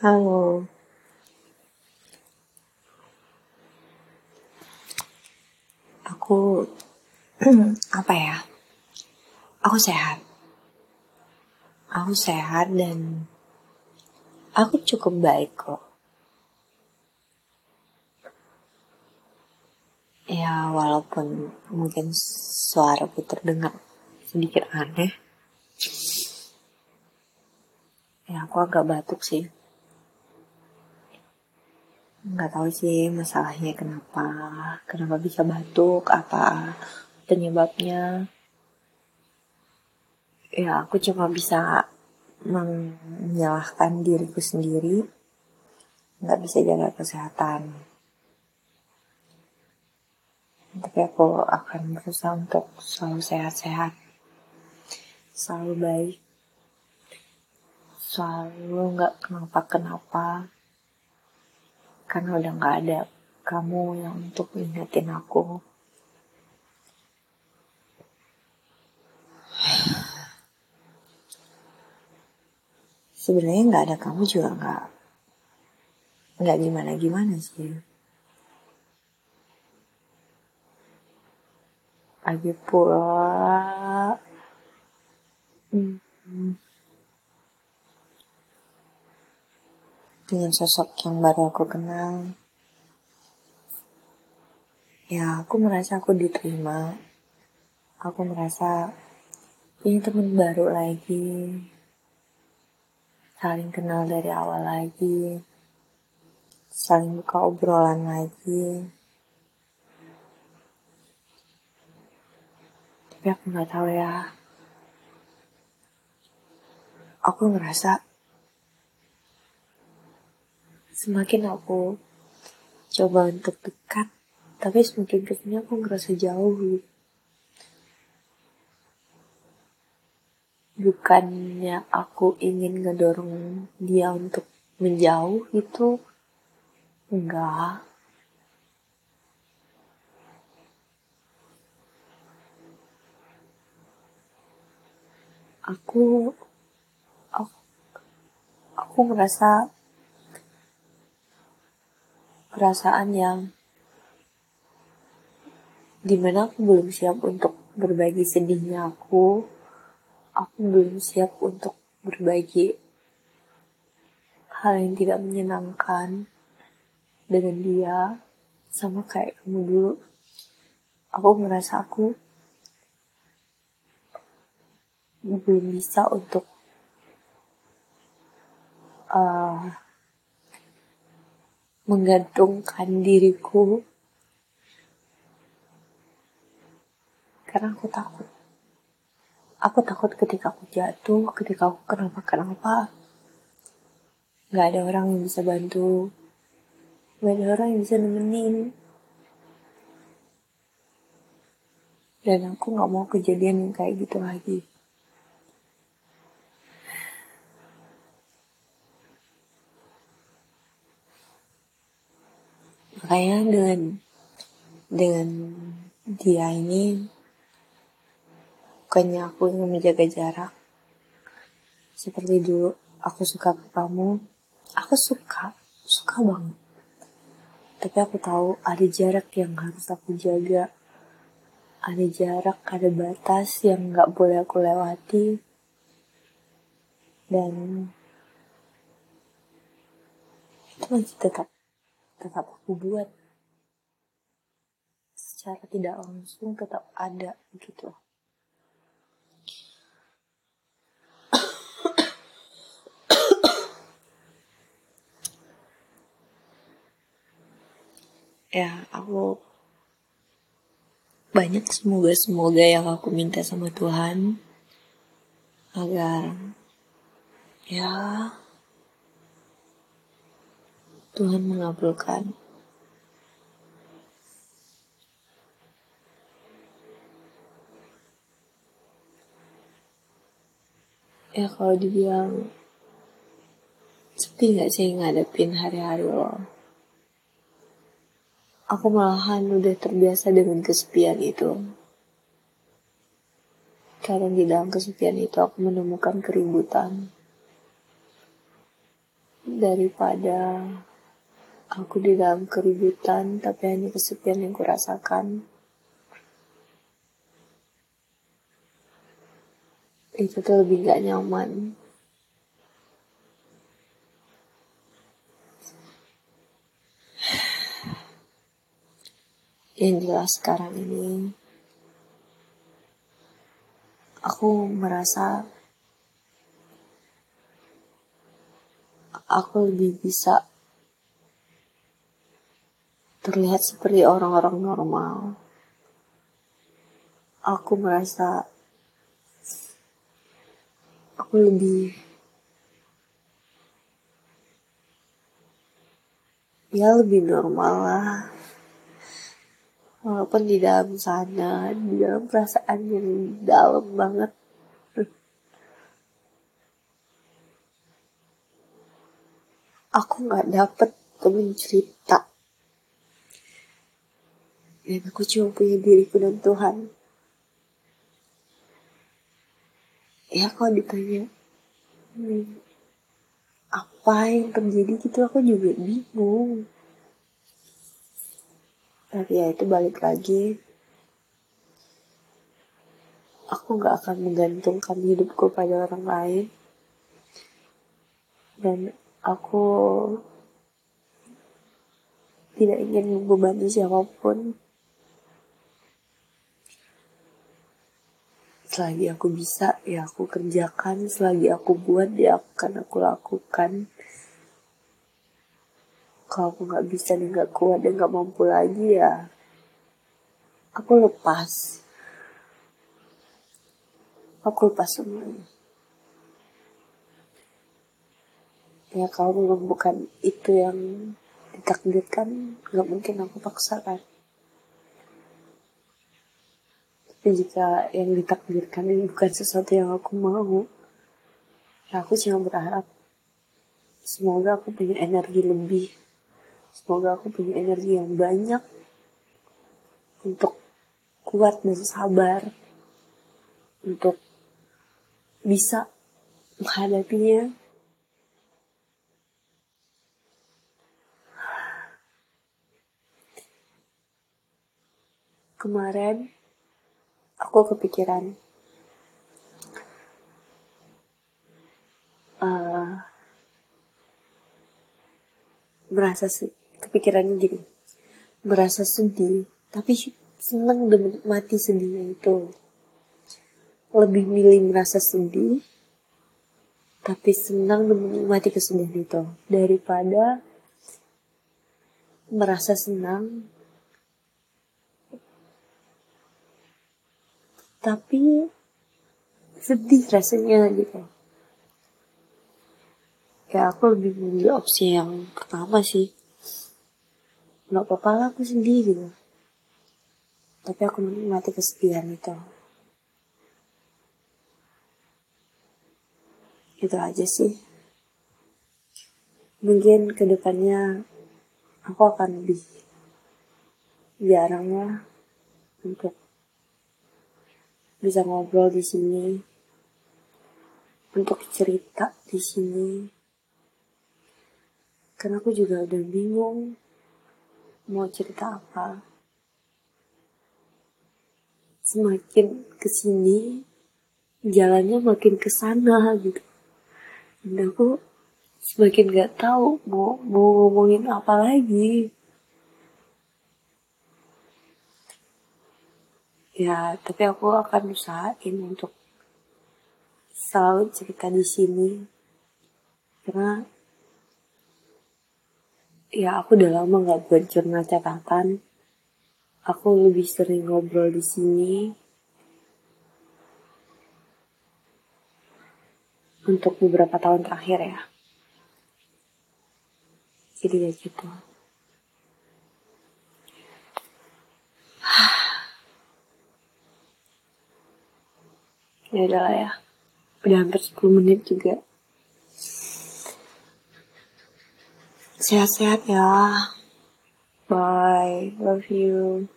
Halo, aku apa ya? Aku sehat. Aku sehat dan aku cukup baik kok. Ya, walaupun mungkin suaraku terdengar sedikit aneh. Ya, aku agak batuk sih. Nggak tahu sih masalahnya kenapa. Kenapa bisa batuk? Apa penyebabnya? Ya, aku cuma bisa menyalahkan diriku sendiri. Nggak bisa jaga kesehatan. Tapi aku akan berusaha untuk selalu sehat-sehat, selalu baik, selalu gak kenapa-kenapa, karena udah gak ada kamu yang untuk ingetin aku. Sebenarnya gak ada kamu juga gak gimana-gimana sih. Lagi pula dengan sosok yang baru aku kenal, ya aku merasa aku diterima. Aku merasa ini teman baru lagi, saling kenal dari awal lagi, saling buka obrolan lagi. Tapi aku gak tahu ya, aku ngerasa semakin aku coba untuk dekat, tapi semakin kesini aku ngerasa jauh. Bukannya aku ingin ngedorong dia untuk menjauh gitu, enggak. Aku aku ngerasa perasaan yang dimana aku belum siap untuk berbagi sedihnya aku belum siap untuk berbagi hal yang tidak menyenangkan dengan dia. Sama kayak kamu dulu, aku ngerasa aku belum bisa untuk menggantungkan diriku, karena aku takut ketika aku jatuh, ketika aku kenapa gak ada orang yang bisa bantu, gak ada orang yang bisa nemenin, dan aku gak mau kejadian yang kayak gitu lagi. Makanya dengan dia ini, bukannya aku ingin menjaga jarak seperti dulu aku suka ke kamu. Aku suka banget, tapi aku tahu ada jarak yang harus aku jaga, ada jarak, ada batas yang gak boleh aku lewati, dan itu masih tetap aku buat secara tidak langsung, tetap ada gitu. Ya, aku banyak semoga yang aku minta sama Tuhan agar ya Tuhan mengabulkan. Ya kalau dibilang sepi gak sih ngadepin hari-hari lo, aku malahan udah terbiasa dengan kesepian itu. Karena di dalam kesepian itu aku menemukan keributan. daripada aku di dalam keributan tapi hanya kesepian yang kurasakan. Itu tuh lebih gak nyaman. Yang jelas sekarang ini aku merasa aku lebih bisa terlihat seperti orang-orang normal. Aku merasa aku lebih normal lah. Walaupun di dalam sana, di dalam perasaan yang dalam banget, aku gak dapet temen cerita. Dan aku cuma punya diriku dan Tuhan. Ya kalau ditanya apa yang terjadi gitu, aku juga bingung. Tapi ya itu balik lagi, aku gak akan menggantungkan hidupku pada orang lain. Dan aku tidak ingin membebani siapapun. Selagi aku bisa, ya aku kerjakan. Selagi aku buat, ya akan aku lakukan. Kalau aku gak bisa dan gak kuat dan gak mampu lagi, ya aku lepas. Aku lepas semuanya. Ya kalau memang bukan itu yang ditakdirkan, gak mungkin aku paksakan. Tapi jika yang ditakdirkan ini bukan sesuatu yang aku mau, ya aku cuma berharap semoga aku punya energi lebih. Semoga aku punya energi yang banyak untuk kuat dan sabar, untuk bisa menghadapinya. Kemarin aku kepikiran kepikirannya gini, merasa sedih tapi senang dan menikmati sedihnya itu. Lebih milih merasa sedih tapi senang dan menikmati kesedihan itu daripada merasa senang tapi sedih rasanya gitu. Ya aku lebih memilih opsi yang pertama sih. Gak apa-apa lah aku sedih gitu, tapi aku menikmati kesedihan itu. Itu aja sih. Mungkin kedepannya aku akan lebih jarang lah untuk bisa ngobrol di sini, untuk cerita di sini. Karena aku juga udah bingung mau cerita apa. Semakin kesini jalannya makin kesana gitu. Dan aku semakin gak tahu mau ngomongin apa lagi. Ya, tapi aku akan usahain untuk selalu cerita di sini. Karena ya aku udah lama gak buat jurnal catatan. Aku lebih sering ngobrol di sini untuk beberapa tahun terakhir ya. Jadi ya gitu. Ya udahlah ya. Udah hampir 10 menit juga. Sehat-sehat ya. Bye. Love you.